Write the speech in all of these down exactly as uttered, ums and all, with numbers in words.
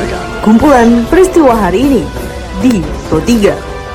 Dengarkan kumpulan peristiwa hari ini di Pro tiga.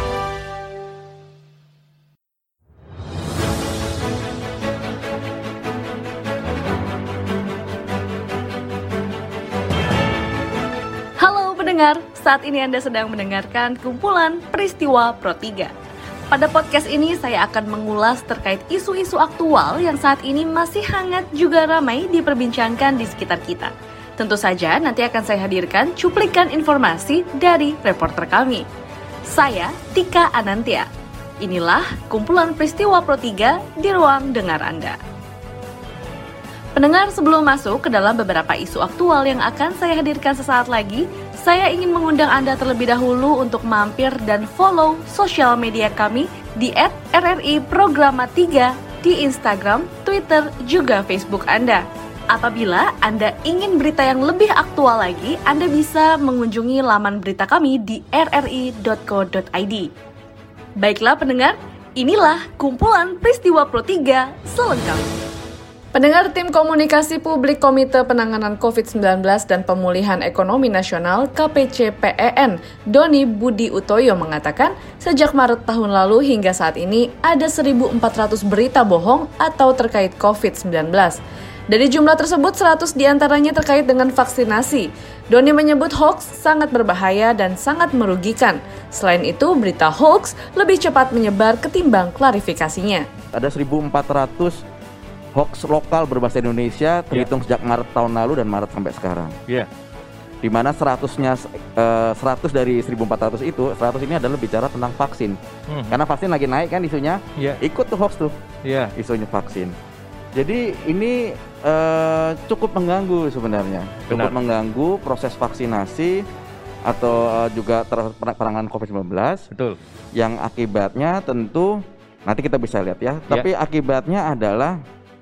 Halo pendengar, saat ini Anda sedang mendengarkan kumpulan peristiwa Pro tiga. Pada podcast ini saya akan mengulas terkait isu-isu aktual yang saat ini masih hangat juga ramai diperbincangkan di sekitar kita. Tentu saja nanti akan saya hadirkan cuplikan informasi dari reporter kami. Saya Tika Anantia. Inilah kumpulan peristiwa Pro tiga di ruang dengar Anda. Pendengar, sebelum masuk ke dalam beberapa isu aktual yang akan saya hadirkan sesaat lagi, saya ingin mengundang Anda terlebih dahulu untuk mampir dan follow sosial media kami di et er er i programa tiga di Instagram, Twitter, juga Facebook Anda. Apabila Anda ingin berita yang lebih aktual lagi, Anda bisa mengunjungi laman berita kami di r r i dot co dot i d. Baiklah pendengar, inilah kumpulan peristiwa Pro tiga selengkapnya. Pendengar, Tim Komunikasi Publik Komite Penanganan covid sembilan belas dan Pemulihan Ekonomi Nasional K P C P E N, Doni Budi Utoyo mengatakan, sejak Maret tahun lalu hingga saat ini ada seribu empat ratus berita bohong atau terkait covid sembilan belas. Dari jumlah tersebut, seratus diantaranya terkait dengan vaksinasi. Doni menyebut hoax sangat berbahaya dan sangat merugikan. Selain itu, berita hoax lebih cepat menyebar ketimbang klarifikasinya. Ada seribu empat ratus hoax lokal berbahasa Indonesia terhitung yeah. sejak Maret tahun lalu dan Maret sampai sekarang. Iya. Yeah. Di mana seratusnya uh, seratus dari seribu empat ratus itu, seratus ini adalah bicara tentang vaksin. Hmm. Karena vaksin lagi naik kan isunya. Yeah. Ikut tuh hoax tuh. Iya. Yeah. Isunya vaksin. Jadi ini uh, cukup mengganggu sebenarnya. Cukup Benar. mengganggu proses vaksinasi atau uh, juga penanganan covid sembilan belas. Betul. Yang akibatnya tentu nanti kita bisa lihat ya. Yeah. Tapi akibatnya adalah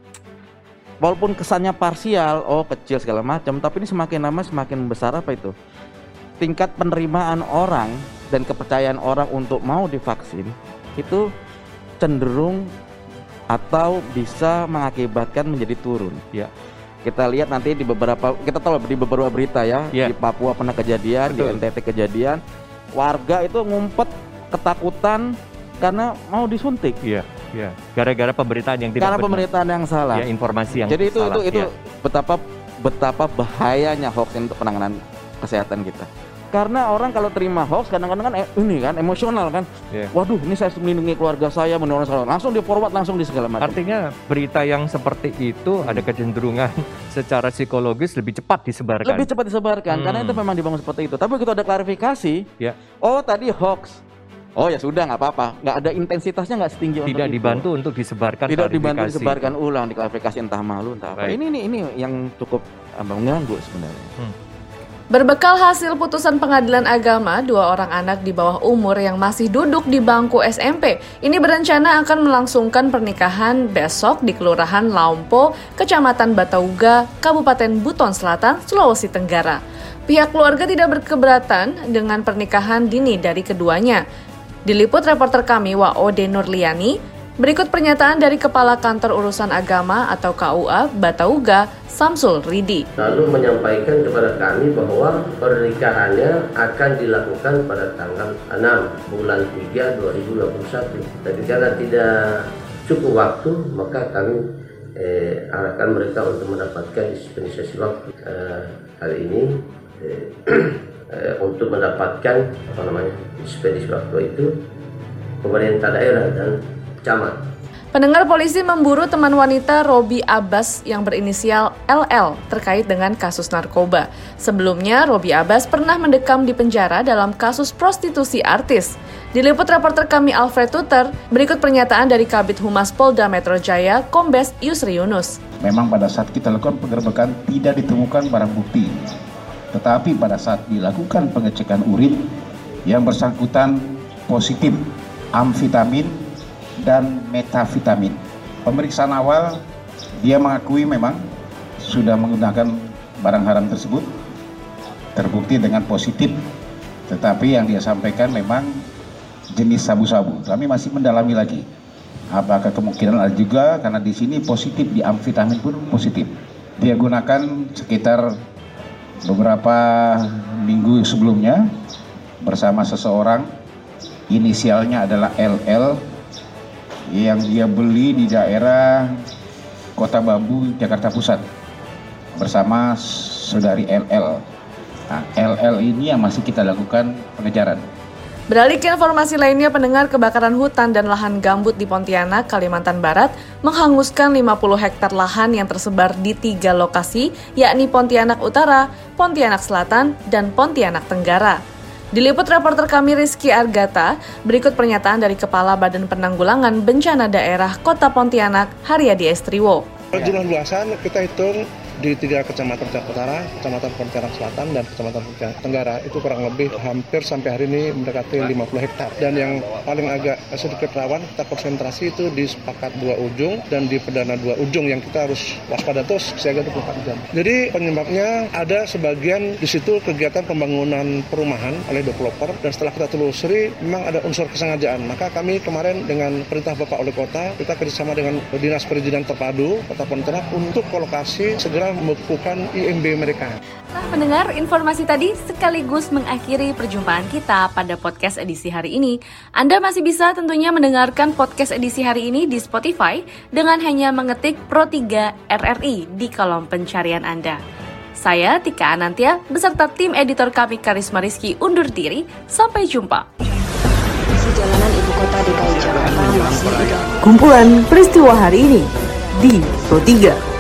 walaupun kesannya parsial, oh kecil segala macam, tapi ini semakin lama semakin besar apa itu? Tingkat penerimaan orang dan kepercayaan orang untuk mau divaksin itu cenderung atau bisa mengakibatkan menjadi turun. Ya. Kita lihat nanti di beberapa, kita tahu di beberapa berita ya, ya. Di Papua pernah kejadian, Betul. Di N T T kejadian, warga itu ngumpet ketakutan karena mau disuntik. Iya. Ya, gara-gara pemberitaan yang tidak Karena benar. pemberitaan yang salah. Ya, informasi yang Jadi itu salah. itu itu ya. betapa betapa bahayanya hoax untuk penanganan kesehatan kita. Karena orang kalau terima hoax kadang-kadang kan eh, ini kan emosional kan. Ya. Waduh, ini saya melindungi keluarga saya, menolong saya. Langsung di forward, langsung di segala macam. Artinya berita yang seperti itu hmm. ada kecenderungan secara psikologis lebih cepat disebarkan. Lebih cepat disebarkan hmm. karena itu memang dibangun seperti itu. Tapi begitu ada klarifikasi, ya. Oh tadi hoax. Oh ya sudah, nggak apa-apa, nggak ada intensitasnya, nggak setinggi untuk tidak dibantu untuk disebarkan, tidak dibantu disebarkan ulang, diklarifikasi entah malu entah apa. Ini, ini ini yang cukup uh, mengganggu sebenarnya. Hmm. Berbekal hasil putusan pengadilan agama, dua orang anak di bawah umur yang masih duduk di bangku S M P ini berencana akan melangsungkan pernikahan besok di Kelurahan Laumpo, Kecamatan Batauga, Kabupaten Buton Selatan, Sulawesi Tenggara. Pihak keluarga tidak berkeberatan dengan pernikahan dini dari keduanya. Diliput reporter kami W O D Nurliani, berikut pernyataan dari Kepala Kantor Urusan Agama atau K U A Batauga, Samsul Ridi. Lalu menyampaikan kepada kami bahwa pernikahannya akan dilakukan pada tanggal enam bulan tiga dua ribu dua puluh satu. Tapi karena tidak cukup waktu, maka kami eh, arahkan mereka untuk mendapatkan dispensasi waktu eh, hari ini. Eh, Eh, untuk mendapatkan apa namanya dispensasi waktu itu pemerintah daerah dan camat. Pendengar, polisi memburu teman wanita Robi Abbas yang berinisial L L terkait dengan kasus narkoba. Sebelumnya, Robi Abbas pernah mendekam di penjara dalam kasus prostitusi artis. Diliput reporter kami Alfred Tuter, berikut pernyataan dari Kabid Humas Polda Metro Jaya, Kombes Yusri Yunus. Memang pada saat kita lakukan penggerbekan tidak ditemukan barang bukti. Tetapi pada saat dilakukan pengecekan urin, yang bersangkutan positif amfetamin dan metavitamin. Pemeriksaan awal, dia mengakui memang sudah menggunakan barang haram tersebut, terbukti dengan positif, tetapi yang dia sampaikan memang jenis sabu-sabu. Kami masih mendalami lagi. Apakah kemungkinan ada juga, karena di sini positif, di amfetamin pun positif. Dia gunakan sekitar beberapa minggu sebelumnya bersama seseorang inisialnya adalah L L yang dia beli di daerah Kota Bambu, Jakarta Pusat bersama saudari L L. Nah, L L ini yang masih kita lakukan pengejaran. Beralih ke informasi lainnya, pendengar, kebakaran hutan dan lahan gambut di Pontianak, Kalimantan Barat menghanguskan lima puluh hektar lahan yang tersebar di tiga lokasi, yakni Pontianak Utara, Pontianak Selatan, dan Pontianak Tenggara. Diliput reporter kami Rizky Argata, berikut pernyataan dari Kepala Badan Penanggulangan Bencana Daerah Kota Pontianak, Haryadi Estriwo. Jumlah luasan kita hitung di tiga kecamatan Pontianak Utara, kecamatan Pontianak Selatan, dan kecamatan Pontianak Tenggara itu kurang lebih hampir sampai hari ini mendekati lima puluh hektar. Dan yang paling agak sedikit rawan kita konsentrasi itu di sepakat dua ujung dan di pedana dua ujung yang kita harus waspada terus siaga dua puluh empat jam. Jadi penyebabnya ada sebagian di situ kegiatan pembangunan perumahan oleh developer, dan setelah kita telusuri memang ada unsur kesengajaan. Maka kami kemarin dengan perintah Bapak Wali Kota, kita kerjasama dengan Dinas Perizinan Terpadu Kota Pontianak untuk kolokasi segera membukukan I M B mereka. Nah, pendengar, informasi tadi sekaligus mengakhiri perjumpaan kita pada podcast edisi hari ini. Anda masih bisa tentunya mendengarkan podcast edisi hari ini di Spotify dengan hanya mengetik Pro tiga R R I di kolom pencarian Anda. Saya Tika Anantia beserta tim editor kami Karisma Rizky undur diri. Sampai jumpa. Jalanan ibu kota D K I Jakarta masih Kumpulan peristiwa hari ini di Pro tiga.